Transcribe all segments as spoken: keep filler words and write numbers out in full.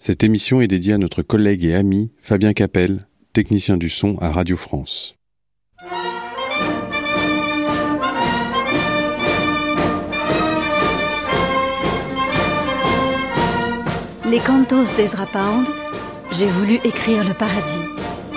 Cette émission est dédiée à notre collègue et ami Fabien Capel, technicien du son à Radio France. Les cantos d'Ezra Pound, j'ai voulu écrire le paradis.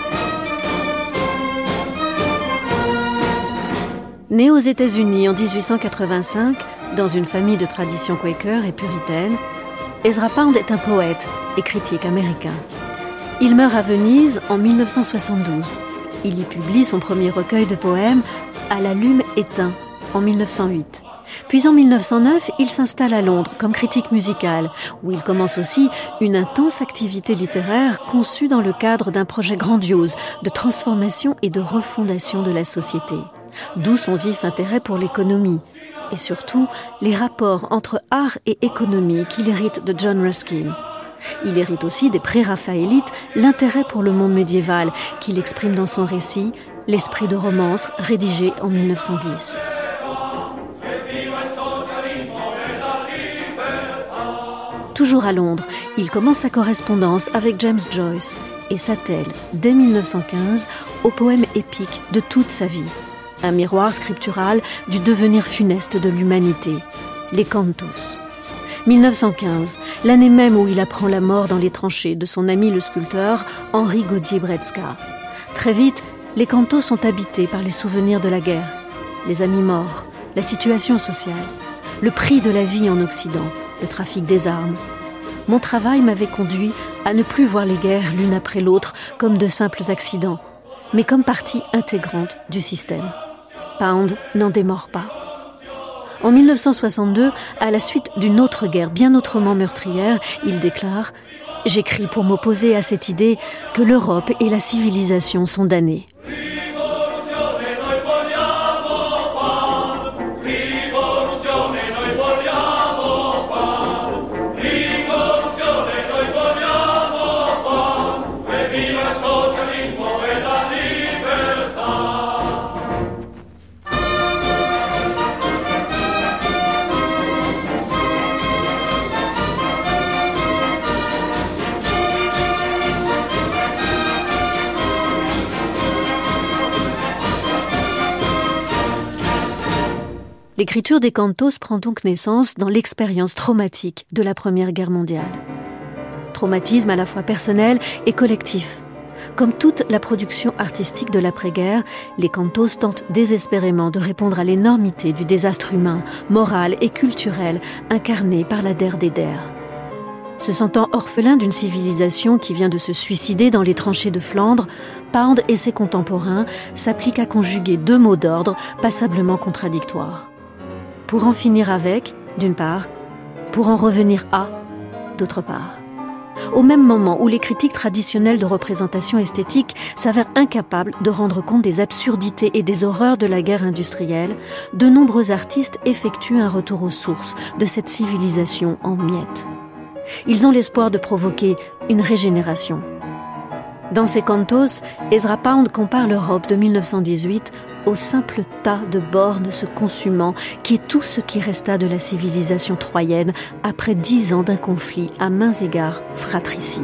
Né aux États-Unis en dix-huit cent quatre-vingt-cinq, dans une famille de tradition quaker et puritaine, Ezra Pound est un poète et critique américain. Il meurt à Venise en dix-neuf cent soixante-douze. Il y publie son premier recueil de poèmes, À la lume éteint, en dix-neuf cent huit. Puis en dix-neuf cent neuf, il s'installe à Londres comme critique musical, où il commence aussi une intense activité littéraire conçue dans le cadre d'un projet grandiose de transformation et de refondation de la société. D'où son vif intérêt pour l'économie, et surtout les rapports entre art et économie qu'il hérite de John Ruskin. Il hérite aussi des pré-raphaélites l'intérêt pour le monde médiéval qu'il exprime dans son récit « L'esprit de romance » rédigé en dix-neuf cent dix. Toujours à Londres, il commence sa correspondance avec James Joyce et s'attelle, dès dix-neuf cent quinze, au poème épique de toute sa vie. Un miroir scriptural du devenir funeste de l'humanité, les cantos. dix-neuf cent quinze, l'année même où il apprend la mort dans les tranchées de son ami le sculpteur Henri Gaudier-Brecza. Très vite, les cantos sont habités par les souvenirs de la guerre, les amis morts, la situation sociale, le prix de la vie en Occident, le trafic des armes. Mon travail m'avait conduit à ne plus voir les guerres l'une après l'autre comme de simples accidents, mais comme partie intégrante du système. Pound n'en démord pas. En dix-neuf cent soixante-deux, à la suite d'une autre guerre bien autrement meurtrière, il déclare « J'écris pour m'opposer à cette idée que l'Europe et la civilisation sont damnées. » L'écriture des cantos prend donc naissance dans l'expérience traumatique de la Première Guerre mondiale. Traumatisme à la fois personnel et collectif. Comme toute la production artistique de l'après-guerre, les cantos tentent désespérément de répondre à l'énormité du désastre humain, moral et culturel incarné par la Der des Der. Se sentant orphelin d'une civilisation qui vient de se suicider dans les tranchées de Flandre, Pound et ses contemporains s'appliquent à conjuguer deux mots d'ordre passablement contradictoires. Pour en finir avec, d'une part, pour en revenir à, d'autre part. Au même moment où les critiques traditionnelles de représentation esthétique s'avèrent incapables de rendre compte des absurdités et des horreurs de la guerre industrielle, de nombreux artistes effectuent un retour aux sources de cette civilisation en miettes. Ils ont l'espoir de provoquer une régénération. Dans ses cantos, Ezra Pound compare l'Europe de dix-neuf cent dix-huit au simple tas de bornes se consumant qui est tout ce qui resta de la civilisation troyenne après dix ans d'un conflit à mains égards fratricide.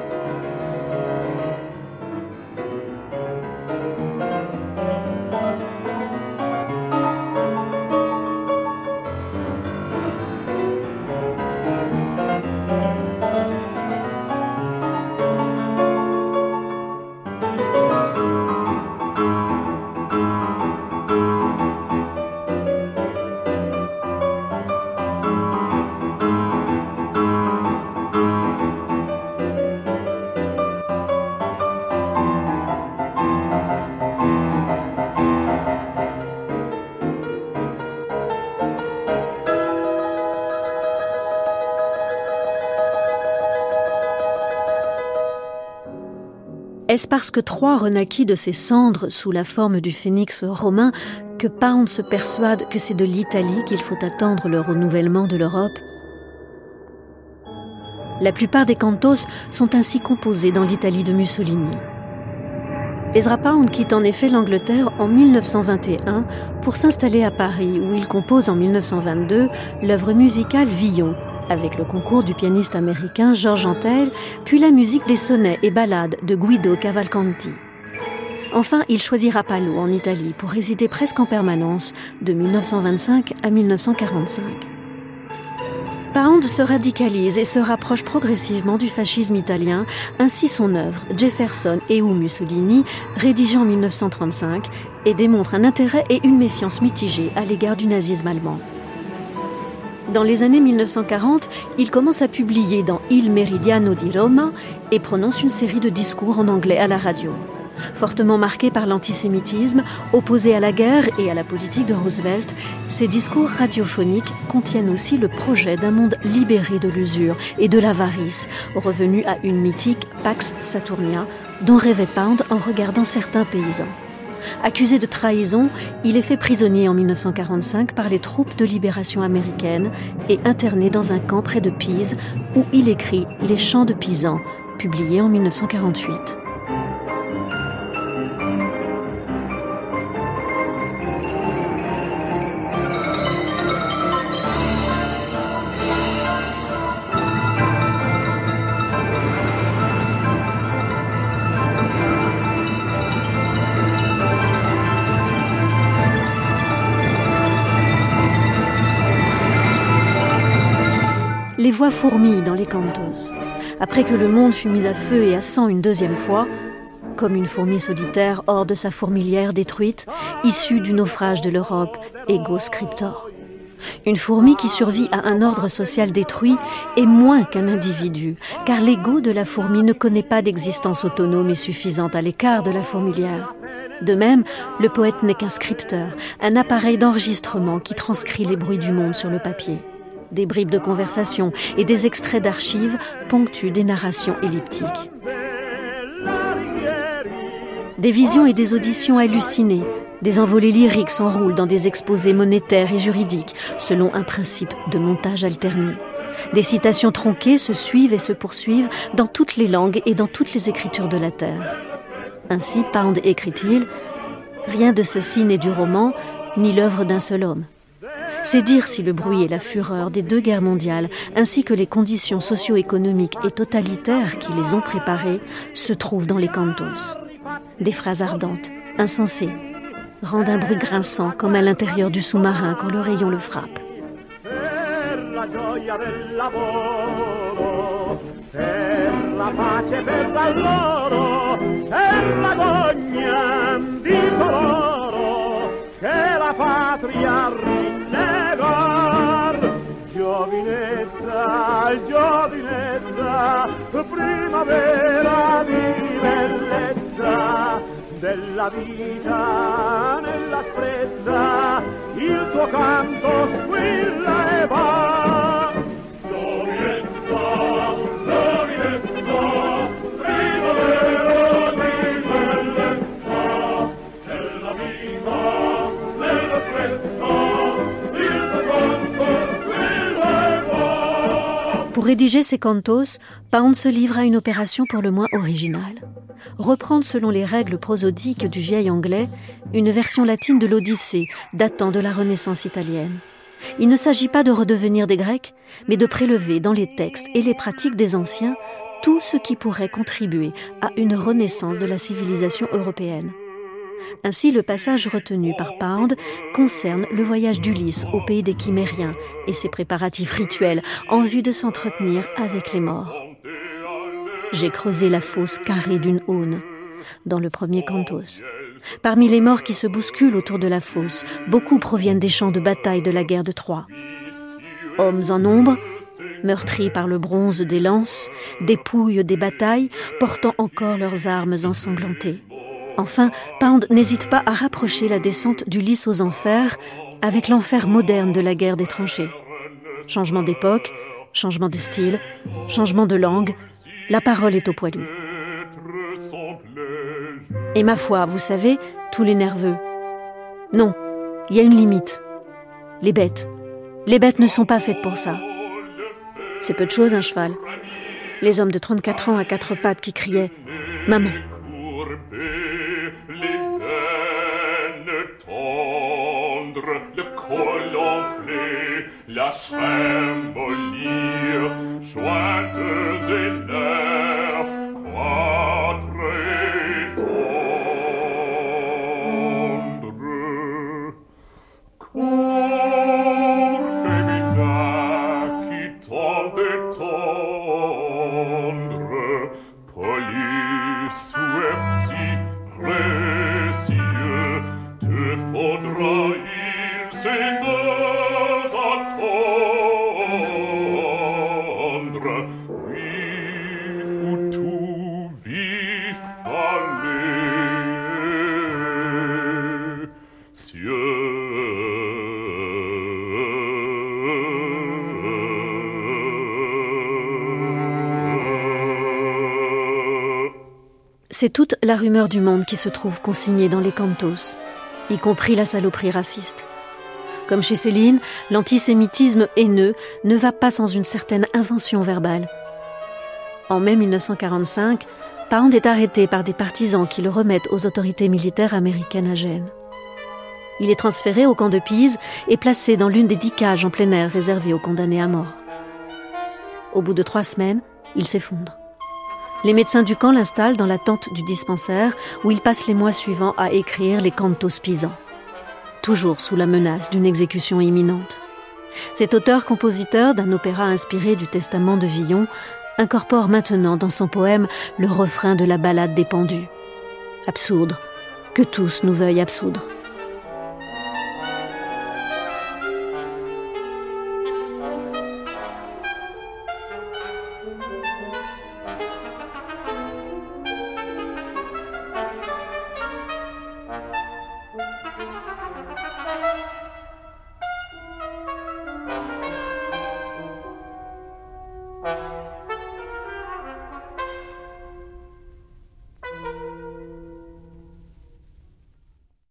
Est-ce parce que Troie renaquit de ses cendres sous la forme du phénix romain que Pound se persuade que c'est de l'Italie qu'il faut attendre le renouvellement de l'Europe ? La plupart des cantos sont ainsi composés dans l'Italie de Mussolini. Ezra Pound quitte en effet l'Angleterre en dix-neuf cent vingt et un pour s'installer à Paris, où il compose en dix-neuf cent vingt-deux l'œuvre musicale Villon, avec le concours du pianiste américain George Antheil, puis la musique des sonnets et ballades de Guido Cavalcanti. Enfin, il choisit Rapallo en Italie pour résider presque en permanence de mille neuf cent vingt-cinq à mille neuf cent quarante-cinq. Pound se radicalise et se rapproche progressivement du fascisme italien, ainsi son œuvre Jefferson et ou Mussolini, rédigée en mille neuf cent trente-cinq, et démontre un intérêt et une méfiance mitigée à l'égard du nazisme allemand. Dans les années mille neuf cent quarante, il commence à publier dans Il Meridiano di Roma et prononce une série de discours en anglais à la radio. Fortement marqué par l'antisémitisme, opposé à la guerre et à la politique de Roosevelt, ces discours radiophoniques contiennent aussi le projet d'un monde libéré de l'usure et de l'avarice, revenu à une mythique Pax Saturnia, dont rêvait Pound en regardant certains paysans. Accusé de trahison, il est fait prisonnier en mille neuf cent quarante-cinq par les troupes de libération américaines et interné dans un camp près de Pise, où il écrit Les Chants de Pisan, publié en mille neuf cent quarante-huit. Les voix fourmillent dans les cantos. Après que le monde fut mis à feu et à sang une deuxième fois, comme une fourmi solitaire hors de sa fourmilière détruite, issue du naufrage de l'Europe, ego scriptor. Une fourmi qui survit à un ordre social détruit est moins qu'un individu, car l'ego de la fourmi ne connaît pas d'existence autonome et suffisante à l'écart de la fourmilière. De même, le poète n'est qu'un scripteur, un appareil d'enregistrement qui transcrit les bruits du monde sur le papier. Des bribes de conversation et des extraits d'archives ponctuent des narrations elliptiques. Des visions et des auditions hallucinées, des envolées lyriques s'enroulent dans des exposés monétaires et juridiques, selon un principe de montage alterné. Des citations tronquées se suivent et se poursuivent dans toutes les langues et dans toutes les écritures de la Terre. Ainsi, Pound écrit-il, « Rien de ceci n'est du roman, ni l'œuvre d'un seul homme. C'est dire si le bruit et la fureur des deux guerres mondiales, ainsi que les conditions socio-économiques et totalitaires qui les ont préparées, se trouvent dans les cantos. Des phrases ardentes, insensées, rendent un bruit grinçant comme à l'intérieur du sous-marin quand le rayon le frappe. Giovinezza, giovinezza, primavera di bellezza, della vita nell'asprezza, il tuo canto squilla e va. Giovinezza, giovinezza, primavera di bellezza, della vita nell'asprezza, il tuo canto squilla e va. Pour rédiger ces cantos, Pound se livre à une opération pour le moins originale. Reprendre selon les règles prosodiques du vieil anglais une version latine de l'Odyssée datant de la Renaissance italienne. Il ne s'agit pas de redevenir des Grecs, mais de prélever dans les textes et les pratiques des anciens tout ce qui pourrait contribuer à une renaissance de la civilisation européenne. Ainsi, le passage retenu par Pound concerne le voyage d'Ulysse au pays des Chimériens et ses préparatifs rituels en vue de s'entretenir avec les morts. J'ai creusé la fosse carrée d'une aune, dans le premier cantos. Parmi les morts qui se bousculent autour de la fosse, beaucoup proviennent des champs de bataille de la guerre de Troie. Hommes en nombre, meurtris par le bronze des lances, dépouilles des batailles, portant encore leurs armes ensanglantées. Enfin, Pound n'hésite pas à rapprocher la descente d'Ulysse aux enfers avec l'enfer moderne de la guerre des tranchées. Changement d'époque, changement de style, changement de langue, la parole est au poilu. Et ma foi, vous savez, tous les nerveux. Non, il y a une limite. Les bêtes. Les bêtes ne sont pas faites pour ça. C'est peu de chose, un cheval. Les hommes de trente-quatre ans à quatre pattes qui criaient « Maman !» Le col enflé, la chaîne bollie. jointes et nerfs, croître et tendre. Corps féminin qui tend et tendre, poli, souhait si précieux, te faudra il s'aimer attendre, oui, où tout vif aller, cieux. C'est toute la rumeur du monde qui se trouve consignée dans les cantos, y compris la saloperie raciste. Comme chez Céline, l'antisémitisme haineux ne va pas sans une certaine invention verbale. En mai mille neuf cent quarante-cinq, Pound est arrêté par des partisans qui le remettent aux autorités militaires américaines à Gênes. Il est transféré au camp de Pise et placé dans l'une des dix cages en plein air réservées aux condamnés à mort. Au bout de trois semaines, il s'effondre. Les médecins du camp l'installent dans la tente du dispensaire où il passe les mois suivants à écrire les cantos pisans, toujours sous la menace d'une exécution imminente. Cet auteur-compositeur d'un opéra inspiré du testament de Villon incorpore maintenant dans son poème le refrain de la ballade des pendus. Absoudre, que tous nous veuillent absoudre.